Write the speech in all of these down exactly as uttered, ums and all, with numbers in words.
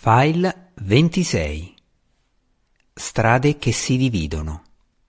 File ventisei. Strade che si dividono.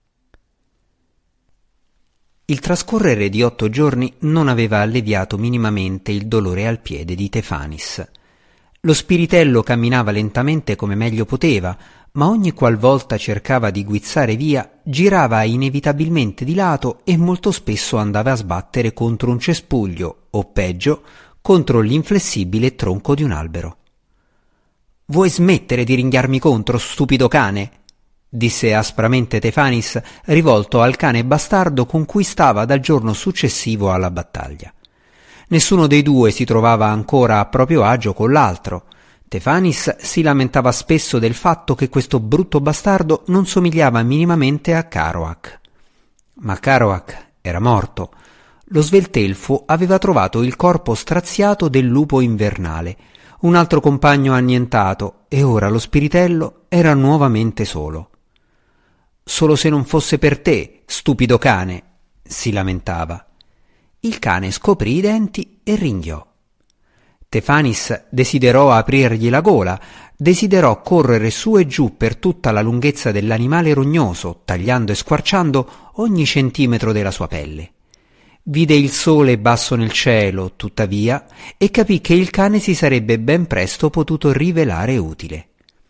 Il trascorrere di otto giorni non aveva alleviato minimamente il dolore al piede di Tefanis. Lo spiritello camminava lentamente come meglio poteva, ma ogni qualvolta cercava di guizzare via, girava inevitabilmente di lato e molto spesso andava a sbattere contro un cespuglio, o peggio, contro l'inflessibile tronco di un albero. «Vuoi smettere di ringhiarmi contro, stupido cane?» disse aspramente Tefanis, rivolto al cane bastardo con cui stava dal giorno successivo alla battaglia. Nessuno dei due si trovava ancora a proprio agio con l'altro. Tefanis si lamentava spesso del fatto che questo brutto bastardo non somigliava minimamente a Kerouac. Ma Kerouac era morto. Lo sveltelfo aveva trovato il corpo straziato del lupo invernale, un altro compagno annientato, e ora lo spiritello era nuovamente solo. «Solo se non fosse per te, stupido cane!» si lamentava. Il cane scoprì i denti e ringhiò. Tefanis desiderò aprirgli la gola, desiderò correre su e giù per tutta la lunghezza dell'animale rognoso, tagliando e squarciando ogni centimetro della sua pelle. Vide il sole basso nel cielo, tuttavia, e capì che il cane si sarebbe ben presto potuto rivelare utile.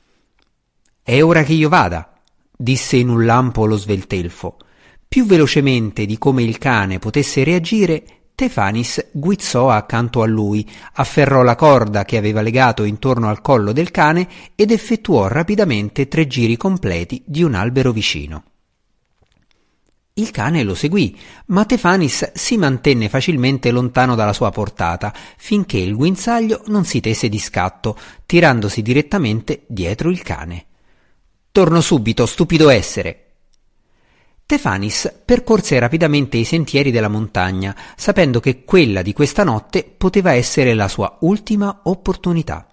«È ora che io vada», disse in un lampo lo sveltelfo. Più velocemente di come il cane potesse reagire, Tefanis guizzò accanto a lui, afferrò la corda che aveva legato intorno al collo del cane ed effettuò rapidamente tre giri completi di un albero vicino. Il cane lo seguì, ma Tefanis si mantenne facilmente lontano dalla sua portata, finché il guinzaglio non si tese di scatto, tirandosi direttamente dietro il cane. «Torno subito, stupido essere!» Tefanis percorse rapidamente i sentieri della montagna, sapendo che quella di questa notte poteva essere la sua ultima opportunità.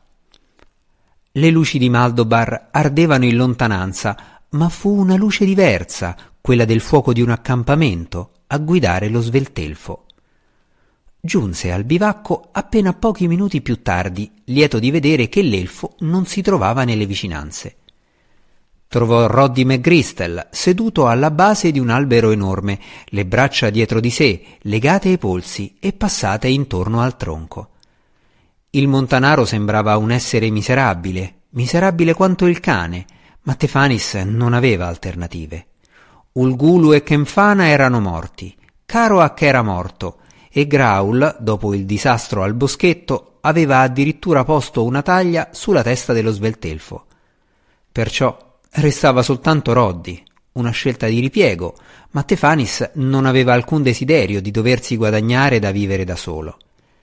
Le luci di Maldobar ardevano in lontananza, ma fu una luce diversa, quella del fuoco di un accampamento, a guidare lo sveltelfo. Giunse al bivacco appena pochi minuti più tardi, lieto di vedere che l'elfo non si trovava nelle vicinanze. Trovò Roddy McGristle seduto alla base di un albero enorme, le braccia dietro di sé, legate ai polsi e passate intorno al tronco. Il montanaro sembrava un essere miserabile, miserabile quanto il cane, ma Tefanis non aveva alternative. Ulgulu e Kemfana erano morti, Kerouac era morto, e Graul, dopo il disastro al boschetto, aveva addirittura posto una taglia sulla testa dello sveltelfo. Perciò restava soltanto Roddy, una scelta di ripiego, ma Tefanis non aveva alcun desiderio di doversi guadagnare da vivere da solo.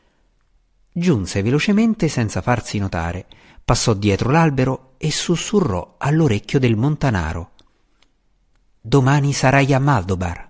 Giunse velocemente senza farsi notare, passò dietro l'albero e sussurrò all'orecchio del montanaro: «Domani sarai a Maldobar».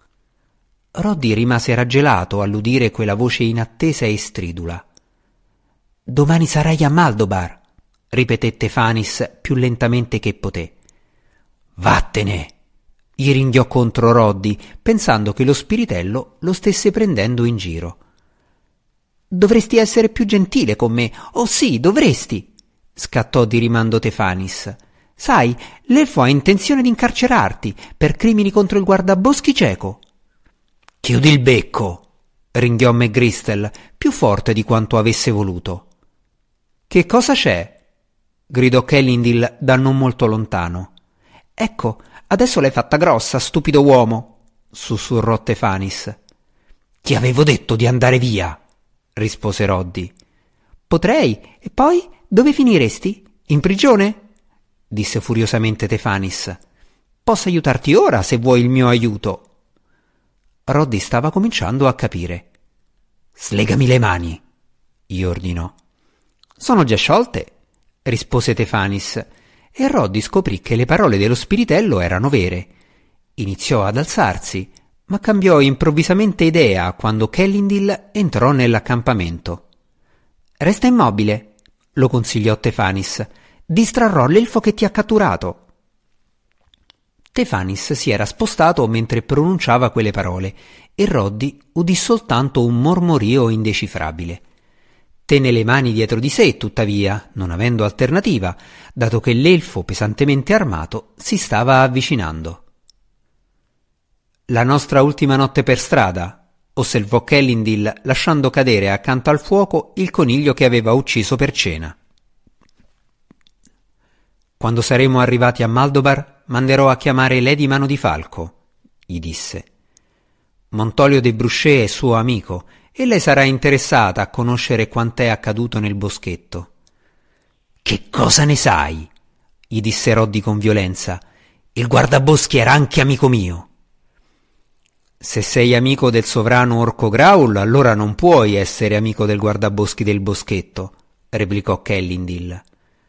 Roddy rimase raggelato all'udire quella voce inattesa e stridula. «Domani sarai a Maldobar», ripeté Tefanis più lentamente che poté. «Vattene!» gli ringhiò contro Roddy, pensando che lo spiritello lo stesse prendendo in giro. «Dovresti essere più gentile con me, oh sì, dovresti!» scattò di rimando Tefanis. «Sai, l'elfo ha intenzione di incarcerarti per crimini contro il guardaboschi cieco». «Chiudi il becco!» ringhiò McGristle, più forte di quanto avesse voluto. «Che cosa c'è?» gridò Kellindil da non molto lontano. «Ecco, adesso l'hai fatta grossa, stupido uomo!» sussurrò Tefanis. «Ti avevo detto di andare via!» rispose Roddy. «Potrei, e poi dove finiresti? In prigione?» disse furiosamente Tefanis. «Posso aiutarti ora se vuoi il mio aiuto». Roddy stava cominciando a capire. «Slegami le mani», gli ordinò. «Sono già sciolte», rispose Tefanis, e Roddy scoprì che le parole dello spiritello erano vere. Iniziò ad alzarsi, ma cambiò improvvisamente idea quando Kellindil entrò nell'accampamento. «Resta immobile», lo consigliò Tefanis. «Distrarrò l'elfo che ti ha catturato». Tefanis si era spostato mentre pronunciava quelle parole e Roddy udì soltanto un mormorio indecifrabile. Tenne le mani dietro di sé, tuttavia, non avendo alternativa, dato che l'elfo pesantemente armato si stava avvicinando. «La nostra ultima notte per strada», osservò Kellindil, lasciando cadere accanto al fuoco il coniglio che aveva ucciso per cena. «Quando saremo arrivati a Maldobar, manderò a chiamare Lady Mano di Falco», gli disse. «Montolio de Brusché è suo amico, e lei sarà interessata a conoscere quant'è accaduto nel boschetto». «Che cosa ne sai?» gli disse Roddy con violenza. «Il guardaboschi era anche amico mio». «Se sei amico del sovrano Orco Graul, allora non puoi essere amico del guardaboschi del boschetto», replicò Kellindil.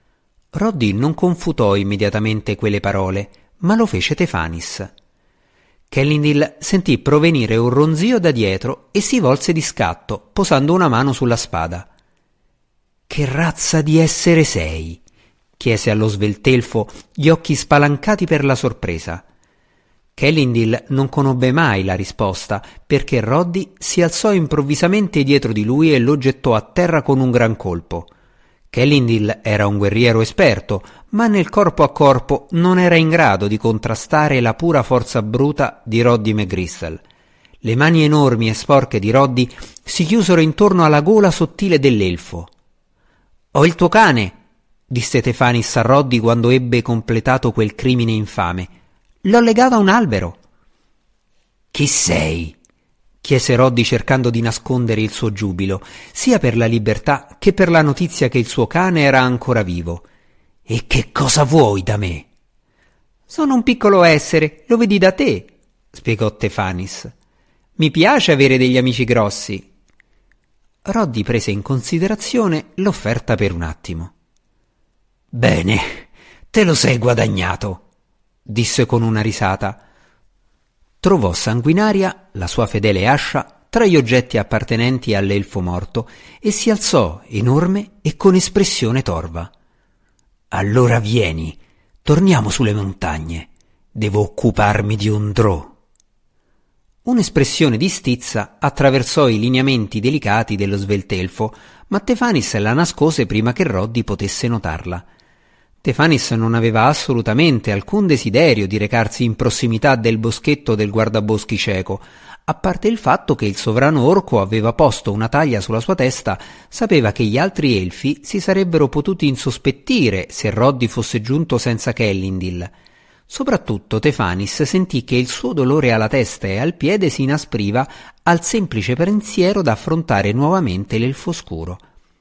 Roddy non confutò immediatamente quelle parole, ma lo fece Tefanis. Kellindil sentì provenire un ronzio da dietro e si volse di scatto, posando una mano sulla spada. «Che razza di essere sei?» chiese allo sveltelfo, gli occhi spalancati per la sorpresa. Kellindil non conobbe mai la risposta, perché Roddy si alzò improvvisamente dietro di lui e lo gettò a terra con un gran colpo. Kellindil era un guerriero esperto, ma nel corpo a corpo non era in grado di contrastare la pura forza bruta di Roddy McGristle. Le mani enormi e sporche di Roddy si chiusero intorno alla gola sottile dell'elfo. «Ho il tuo cane», disse Tefanis a Roddy quando ebbe completato quel crimine infame. «L'ho legato a un albero». «Chi sei?» chiese Roddy cercando di nascondere il suo giubilo, sia per la libertà che per la notizia che il suo cane era ancora vivo. «E che cosa vuoi da me?» «Sono un piccolo essere, lo vedi da te», spiegò Tefanis. «Mi piace avere degli amici grossi». Roddy prese in considerazione l'offerta per un attimo. «Bene, te lo sei guadagnato», disse con una risata. Trovò Sanguinaria, la sua fedele ascia, tra gli oggetti appartenenti all'elfo morto e si alzò enorme e con espressione torva. «Allora vieni, torniamo sulle montagne. Devo occuparmi di un drò». Un'espressione di stizza attraversò i lineamenti delicati dello sveltelfo, ma Tefanis la nascose prima che Roddy potesse notarla. Tefanis non aveva assolutamente alcun desiderio di recarsi in prossimità del boschetto del guardaboschi cieco, a parte il fatto che il sovrano orco aveva posto una taglia sulla sua testa. Sapeva che gli altri elfi si sarebbero potuti insospettire se Roddy fosse giunto senza Kellindil. Soprattutto Tefanis sentì che il suo dolore alla testa e al piede si inaspriva al semplice pensiero d'affrontare nuovamente l'elfo scuro.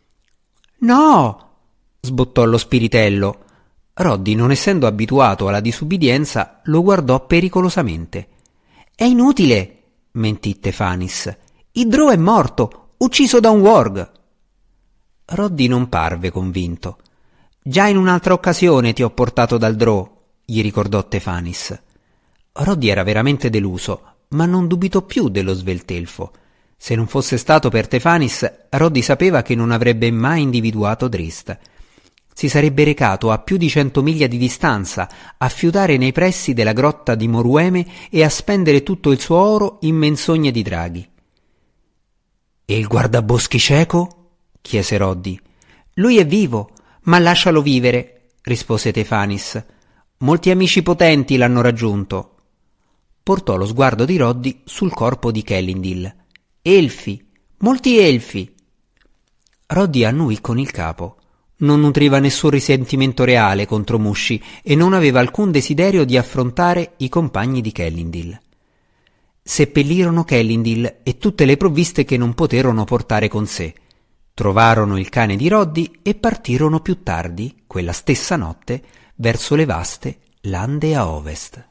«No!» sbottò lo spiritello. Roddy, non essendo abituato alla disubbidienza, lo guardò pericolosamente. «È inutile», mentì Tefanis. «Il drò è morto, ucciso da un warg». Roddy non parve convinto. «Già in un'altra occasione ti ho portato dal drò», gli ricordò Tefanis. Roddy era veramente deluso, ma non dubitò più dello sveltelfo. Se non fosse stato per Tefanis, Roddy sapeva che non avrebbe mai individuato Drist. Si sarebbe recato a più di cento miglia di distanza, a fiutare nei pressi della grotta di Morueme e a spendere tutto il suo oro in menzogne di draghi. «E il guardaboschi cieco?» chiese Roddy. «Lui è vivo, ma lascialo vivere», rispose Tefanis. «Molti amici potenti l'hanno raggiunto». Portò lo sguardo di Roddy sul corpo di Kellindil. «Elfi, molti elfi». Roddy annuì con il capo. Non nutriva nessun risentimento reale contro Mushi e non aveva alcun desiderio di affrontare i compagni di Kellindil. Seppellirono Kellindil e tutte le provviste che non poterono portare con sé. Trovarono il cane di Roddy e partirono più tardi, quella stessa notte, verso le vaste lande a ovest.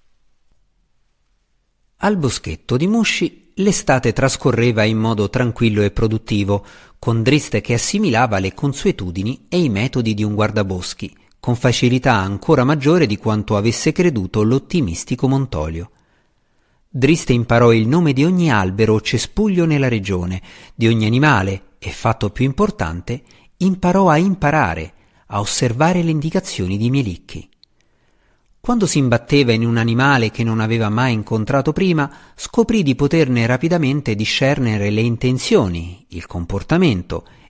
Al boschetto di Mushi l'estate trascorreva in modo tranquillo e produttivo, con Drist che assimilava le consuetudini e i metodi di un guardaboschi, con facilità ancora maggiore di quanto avesse creduto l'ottimistico Montolio. Drist imparò il nome di ogni albero o cespuglio nella regione, di ogni animale e, fatto più importante, imparò a imparare, a osservare le indicazioni di Mielicchi. Quando si imbatteva in un animale che non aveva mai incontrato prima, scoprì di poterne rapidamente discernere le intenzioni, il comportamento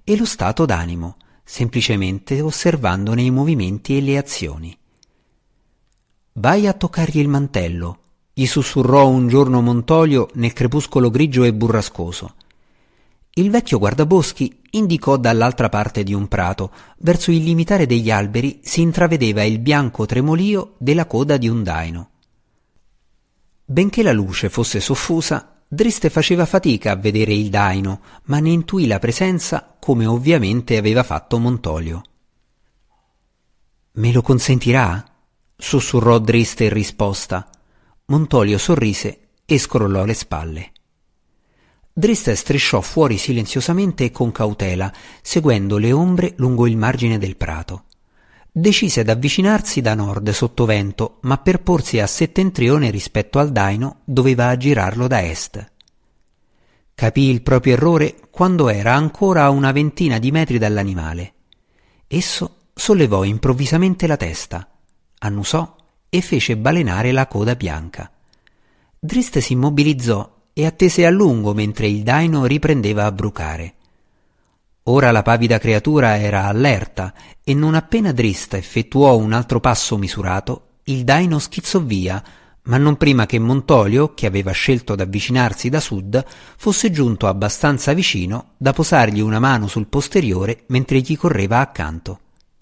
e lo stato d'animo, semplicemente osservandone i movimenti e le azioni. «Vai a toccargli il mantello», gli sussurrò un giorno Montolio nel crepuscolo grigio e burrascoso. Il vecchio guardaboschi indicò dall'altra parte di un prato. Verso il limitare degli alberi si intravedeva il bianco tremolio della coda di un daino. Benché la luce fosse soffusa, Driste faceva fatica a vedere il daino, ma ne intuì la presenza come ovviamente aveva fatto Montolio. «Me lo consentirà?» sussurrò Driste in risposta. Montolio sorrise e scrollò le spalle. Driste strisciò fuori silenziosamente e con cautela, seguendo le ombre lungo il margine del prato. Decise ad avvicinarsi da nord sottovento, ma per porsi a settentrione rispetto al daino doveva aggirarlo da est. Capì il proprio errore quando era ancora a una ventina di metri dall'animale. Esso sollevò improvvisamente la testa, annusò e fece balenare la coda bianca. Driste si immobilizzò e attese a lungo mentre il daino riprendeva a brucare. Ora la pavida creatura era allerta e non appena Driste effettuò un altro passo misurato, il daino schizzò via, ma non prima che Montolio, che aveva scelto d'avvicinarsi da sud, fosse giunto abbastanza vicino da posargli una mano sul posteriore mentre gli correva accanto.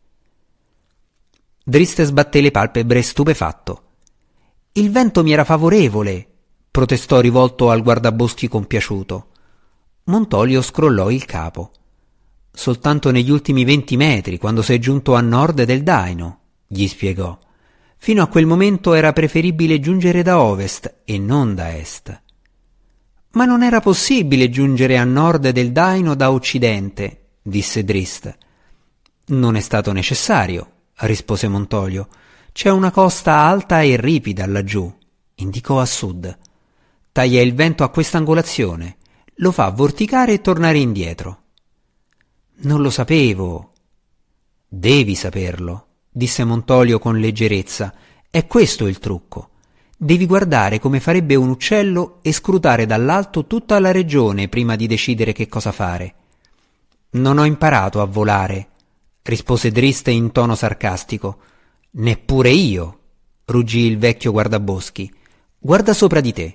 Driste sbatté le palpebre stupefatto. «Il vento mi era favorevole», protestò rivolto al guardaboschi compiaciuto. Montolio scrollò il capo. «Soltanto negli ultimi venti metri, quando sei giunto a nord del daino», gli spiegò. «Fino a quel momento era preferibile giungere da ovest e non da est». «Ma non era possibile giungere a nord del daino da occidente», disse Driste. «Non è stato necessario», rispose Montolio. «C'è una costa alta e ripida laggiù», indicò a sud. «Taglia il vento a quest'angolazione, lo fa vorticare e tornare indietro». «Non lo sapevo». «Devi saperlo», disse Montolio con leggerezza. «È questo il trucco. Devi guardare come farebbe un uccello e scrutare dall'alto tutta la regione prima di decidere che cosa fare». «Non ho imparato a volare», rispose Driste in tono sarcastico. «Neppure io», ruggì il vecchio guardaboschi. «Guarda sopra di te».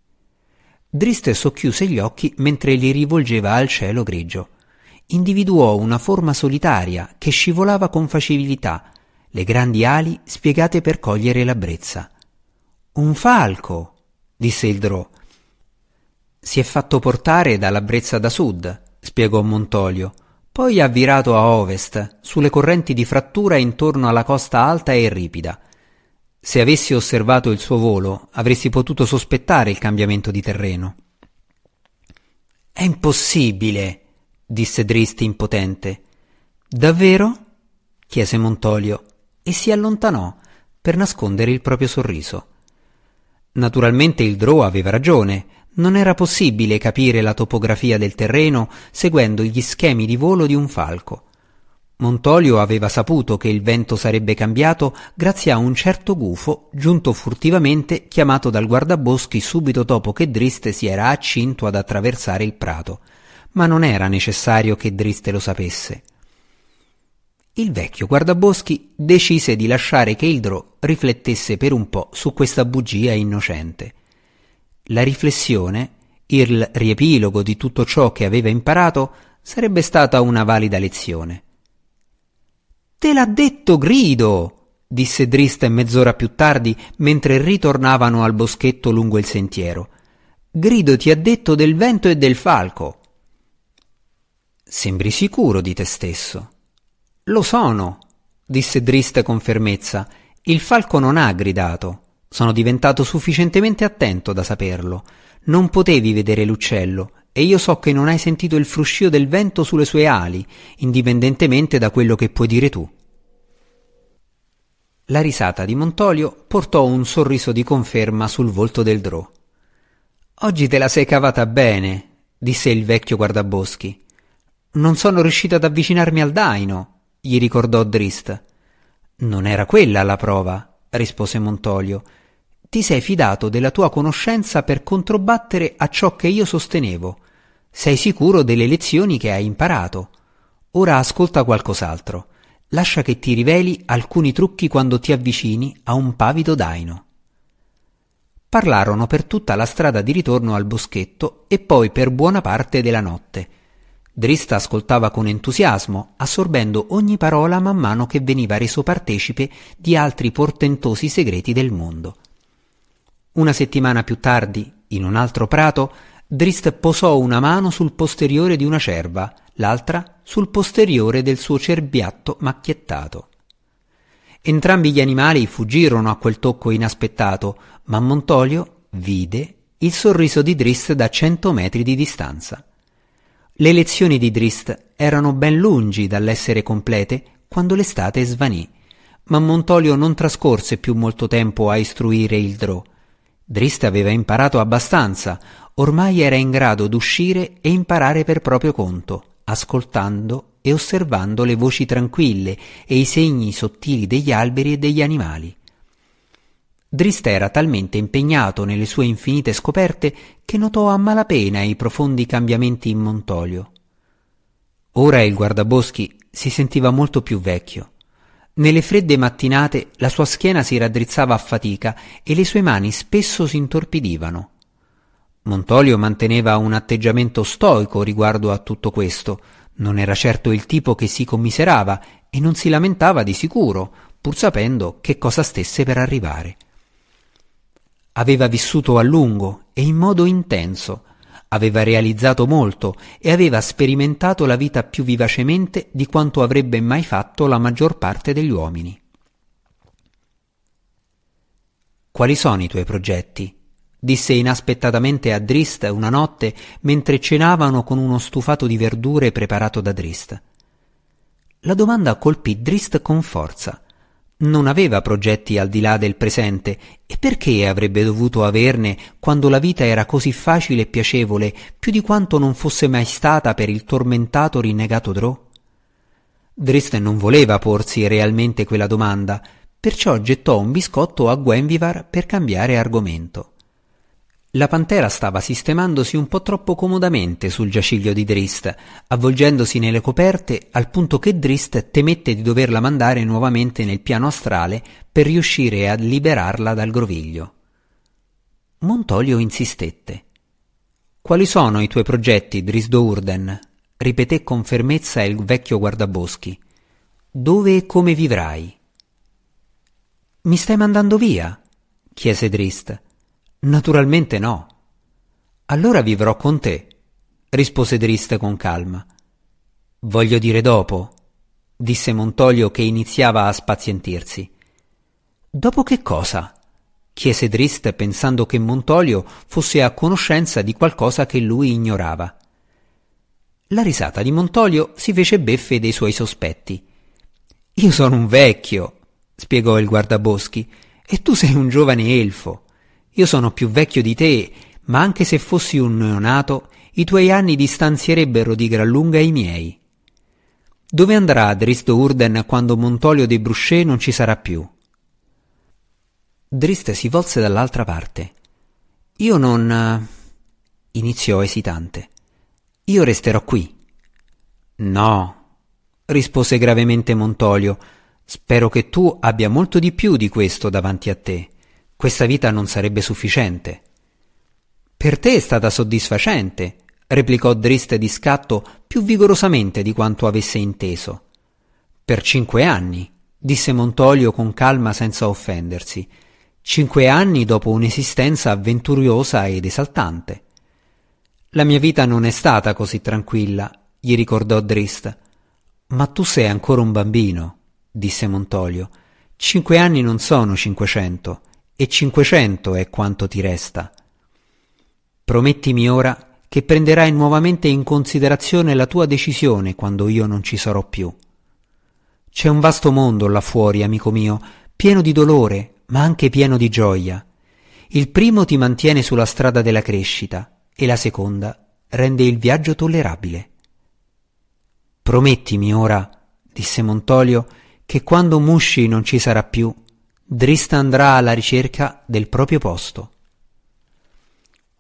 Driste socchiuse gli occhi mentre li rivolgeva al cielo grigio. Individuò una forma solitaria che scivolava con facilità, le grandi ali spiegate per cogliere la brezza. «Un falco», disse il drò. «Si è fatto portare dalla brezza da sud», spiegò Montolio. «Poi ha virato a ovest, sulle correnti di frattura intorno alla costa alta e ripida. Se avessi osservato il suo volo, avresti potuto sospettare il cambiamento di terreno». «È impossibile», disse Driste impotente. «Davvero?» chiese Montolio e si allontanò per nascondere il proprio sorriso. Naturalmente il drò aveva ragione. Non era possibile capire la topografia del terreno seguendo gli schemi di volo di un falco. Montolio aveva saputo che il vento sarebbe cambiato grazie a un certo gufo giunto furtivamente chiamato dal guardaboschi subito dopo che Driste si era accinto ad attraversare il prato, ma non era necessario che Driste lo sapesse. Il vecchio guardaboschi decise di lasciare che il drò riflettesse per un po' su questa bugia innocente. La riflessione, il riepilogo di tutto ciò che aveva imparato, sarebbe stata una valida lezione. «Te l'ha detto Grido!» disse Driste mezz'ora più tardi mentre ritornavano al boschetto lungo il sentiero. «Grido ti ha detto del vento e del falco». «Sembri sicuro di te stesso». «Lo sono», disse Driste con fermezza. «Il falco non ha gridato. Sono diventato sufficientemente attento da saperlo. Non potevi vedere l'uccello e io so che non hai sentito il fruscio del vento sulle sue ali, indipendentemente da quello che puoi dire tu». La risata di Montolio portò un sorriso di conferma sul volto del drò. «Oggi te la sei cavata bene», disse il vecchio guardaboschi. «Non sono riuscito ad avvicinarmi al daino», gli ricordò Driste. «Non era quella la prova», rispose Montolio. «Ti sei fidato della tua conoscenza per controbattere a ciò che io sostenevo. Sei sicuro delle lezioni che hai imparato. Ora ascolta qualcos'altro. Lascia che ti riveli alcuni trucchi quando ti avvicini a un pavido daino. Parlarono per tutta la strada di ritorno al boschetto e poi per buona parte della notte. Drist ascoltava con entusiasmo, assorbendo ogni parola man mano che veniva reso partecipe di altri portentosi segreti del mondo. Una settimana più tardi, in un altro prato, Drist posò una mano sul posteriore di una cerva, l'altra sul posteriore del suo cerbiatto macchiettato. Entrambi gli animali fuggirono a quel tocco inaspettato, ma Montolio vide il sorriso di Drist da cento metri di distanza. Le lezioni di Drist erano ben lungi dall'essere complete quando l'estate svanì, ma Montolio non trascorse più molto tempo a istruire il Drò. Drist aveva imparato abbastanza, ormai era in grado d'uscire e imparare per proprio conto, ascoltando e osservando le voci tranquille e i segni sottili degli alberi e degli animali. Drist era talmente impegnato nelle sue infinite scoperte che notò a malapena i profondi cambiamenti in Montolio. Ora il guardaboschi si sentiva molto più vecchio. Nelle fredde mattinate la sua schiena si raddrizzava a fatica e le sue mani spesso si intorpidivano. Montolio manteneva un atteggiamento stoico riguardo a tutto questo. Non era certo il tipo che si commiserava e non si lamentava di sicuro, pur sapendo che cosa stesse per arrivare. Aveva vissuto a lungo e in modo intenso, aveva realizzato molto e aveva sperimentato la vita più vivacemente di quanto avrebbe mai fatto la maggior parte degli uomini. «Quali sono i tuoi progetti?» disse inaspettatamente a Drist una notte mentre cenavano con uno stufato di verdure preparato da Drist. La domanda colpì Drist con forza. Non aveva progetti al di là del presente, e perché avrebbe dovuto averne quando la vita era così facile e piacevole, più di quanto non fosse mai stata per il tormentato rinnegato Drò? Drist non voleva porsi realmente quella domanda, perciò gettò un biscotto a Guenvivar per cambiare argomento. La pantera stava sistemandosi un po' troppo comodamente sul giaciglio di Drist, avvolgendosi nelle coperte al punto che Drist temette di doverla mandare nuovamente nel piano astrale per riuscire a liberarla dal groviglio. Montolio insistette. «Quali sono i tuoi progetti, Drizzt Do'Urden?» ripeté con fermezza il vecchio guardaboschi. «Dove e come vivrai?» «Mi stai mandando via?» chiese Drist. «Naturalmente no». «Allora vivrò con te», rispose Drist con calma. «Voglio dire dopo», disse Montolio che iniziava a spazientirsi. «Dopo che cosa?» chiese Drist pensando che Montolio fosse a conoscenza di qualcosa che lui ignorava. La risata di Montolio si fece beffe dei suoi sospetti. «Io sono un vecchio», spiegò il guardaboschi, «e tu sei un giovane elfo. Io sono più vecchio di te, ma anche se fossi un neonato, i tuoi anni distanzierebbero di gran lunga i miei. Dove andrà Drizzt Do'Urden quando Montolio dei Brusché non ci sarà più?» Drist si volse dall'altra parte. «Io non...» iniziò esitante. «Io resterò qui». «No», rispose gravemente Montolio, «spero che tu abbia molto di più di questo davanti a te. Questa vita non sarebbe sufficiente». «Per te è stata soddisfacente», replicò Drist di scatto più vigorosamente di quanto avesse inteso. «Per cinque anni», disse Montolio con calma senza offendersi. «Cinque anni dopo un'esistenza avventurosa ed esaltante». «La mia vita non è stata così tranquilla», gli ricordò Drist. «Ma tu sei ancora un bambino», disse Montolio. «Cinque anni non sono cinquecento, e cinquecento è quanto ti resta. Promettimi ora che prenderai nuovamente in considerazione la tua decisione quando io non ci sarò più. C'è un vasto mondo là fuori, amico mio, pieno di dolore, ma anche pieno di gioia. Il primo ti mantiene sulla strada della crescita e la seconda rende il viaggio tollerabile. Promettimi ora, disse Montolio, che quando Mushi non ci sarà più, Drist andrà alla ricerca del proprio posto».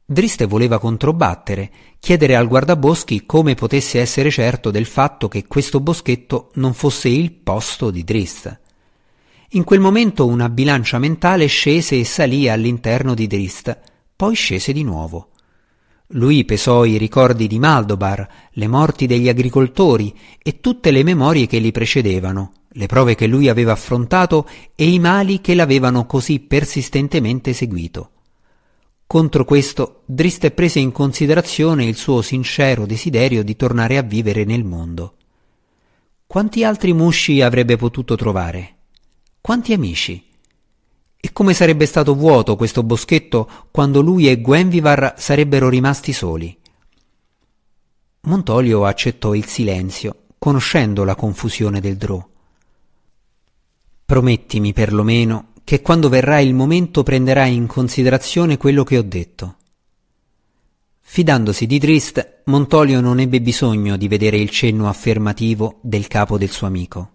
Driste voleva controbattere, chiedere al guardaboschi come potesse essere certo del fatto che questo boschetto non fosse il posto di Drist. In quel momento una bilancia mentale scese e salì all'interno di Drist, poi scese di nuovo. Lui pesò i ricordi di Maldobar, le morti degli agricoltori e tutte le memorie che li precedevano, le prove che lui aveva affrontato e i mali che l'avevano così persistentemente seguito. Contro questo, Drist prese in considerazione il suo sincero desiderio di tornare a vivere nel mondo. Quanti altri Mushi avrebbe potuto trovare? Quanti amici? E come sarebbe stato vuoto questo boschetto quando lui e Gwenvivar sarebbero rimasti soli? Montolio accettò il silenzio, conoscendo la confusione del Drow. Promettimi perlomeno che quando verrà il momento prenderai in considerazione quello che ho detto. Fidandosi di Drist, Montolio non ebbe bisogno di vedere il cenno affermativo del capo del suo amico.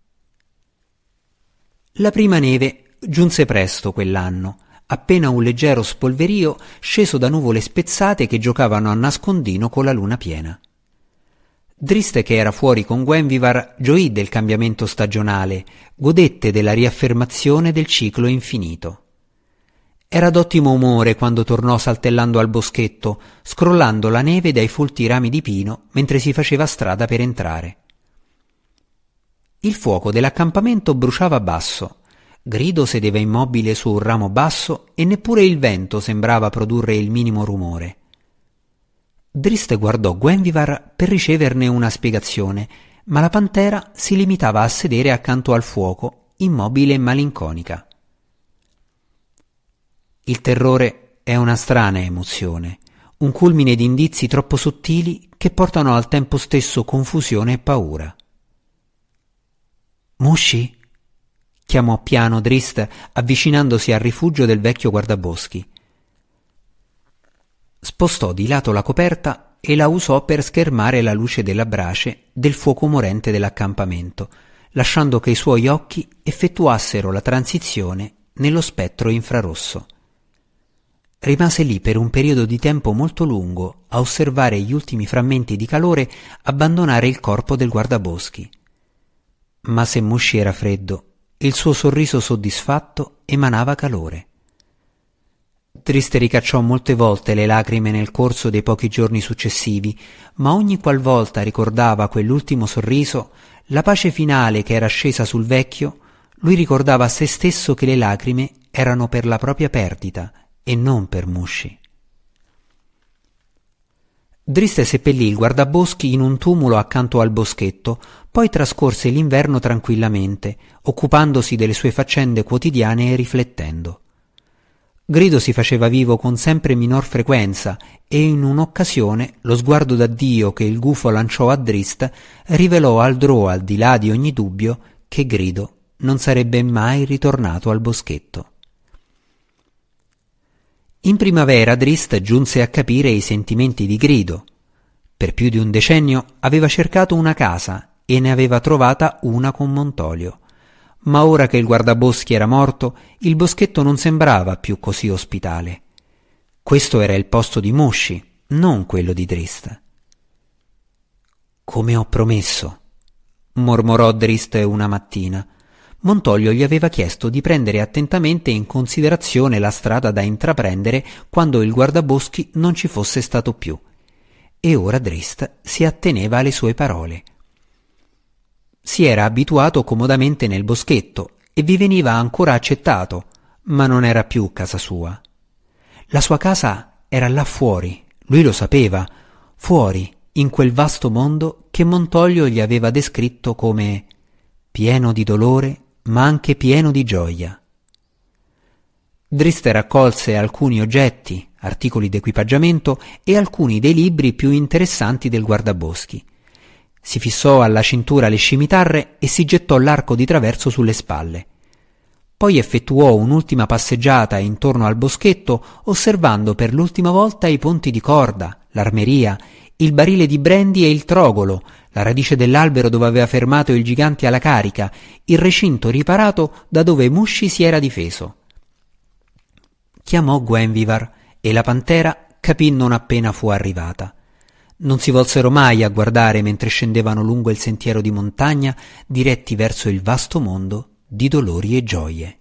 La prima neve giunse presto quell'anno, appena un leggero spolverio sceso da nuvole spezzate che giocavano a nascondino con la luna piena. Drist, che era fuori con Gwenvivar, gioì del cambiamento stagionale, godette della riaffermazione del ciclo infinito. Era d'ottimo umore quando tornò saltellando al boschetto, scrollando la neve dai folti rami di pino mentre si faceva strada per entrare. Il fuoco dell'accampamento bruciava basso. Grido sedeva immobile su un ramo basso e neppure il vento sembrava produrre il minimo rumore. Drist guardò Gwenvivar per riceverne una spiegazione, ma la pantera si limitava a sedere accanto al fuoco, immobile e malinconica. Il terrore è una strana emozione, un culmine di indizi troppo sottili che portano al tempo stesso confusione e paura. «Mushi?» chiamò piano Drist, avvicinandosi al rifugio del vecchio guardaboschi. Spostò di lato la coperta e la usò per schermare la luce della brace del fuoco morente dell'accampamento, lasciando che i suoi occhi effettuassero la transizione nello spettro infrarosso. Rimase lì per un periodo di tempo molto lungo a osservare gli ultimi frammenti di calore abbandonare il corpo del guardaboschi. Ma se Mushi era freddo, il suo sorriso soddisfatto emanava calore. Drist ricacciò molte volte le lacrime nel corso dei pochi giorni successivi, ma ogni qualvolta ricordava quell'ultimo sorriso, la pace finale che era scesa sul vecchio, lui ricordava a se stesso che le lacrime erano per la propria perdita e non per Mushi. Drist seppellì il guardaboschi in un tumulo accanto al boschetto, poi trascorse l'inverno tranquillamente, occupandosi delle sue faccende quotidiane e riflettendo. Grido si faceva vivo con sempre minor frequenza e in un'occasione lo sguardo d'addio che il gufo lanciò a Drist rivelò al Drow, al di là di ogni dubbio, che Grido non sarebbe mai ritornato al boschetto. In primavera Drist giunse a capire i sentimenti di Grido. Per più di un decennio aveva cercato una casa e ne aveva trovata una con Montolio. Ma ora che il guardaboschi era morto, il boschetto non sembrava più così ospitale. Questo era il posto di Mushi, non quello di Drist. «Come ho promesso», mormorò Drist una mattina. Montolio gli aveva chiesto di prendere attentamente in considerazione la strada da intraprendere quando il guardaboschi non ci fosse stato più. E ora Drist si atteneva alle sue parole. Si era abituato comodamente nel boschetto e vi veniva ancora accettato, ma non era più casa sua. La sua casa era là fuori, lui lo sapeva, fuori, in quel vasto mondo che Montolio gli aveva descritto come pieno di dolore, ma anche pieno di gioia. Drist raccolse alcuni oggetti, articoli d'equipaggiamento e alcuni dei libri più interessanti del guardaboschi. Si fissò alla cintura le scimitarre e si gettò l'arco di traverso sulle spalle. Poi effettuò un'ultima passeggiata intorno al boschetto, osservando per l'ultima volta i ponti di corda, l'armeria, il barile di brandy e il trogolo, la radice dell'albero dove aveva fermato il gigante alla carica, il recinto riparato da dove Mushi si era difeso. Chiamò Gwenvivar e la pantera capì non appena fu arrivata. Non si volsero mai a guardare mentre scendevano lungo il sentiero di montagna diretti verso il vasto mondo di dolori e gioie.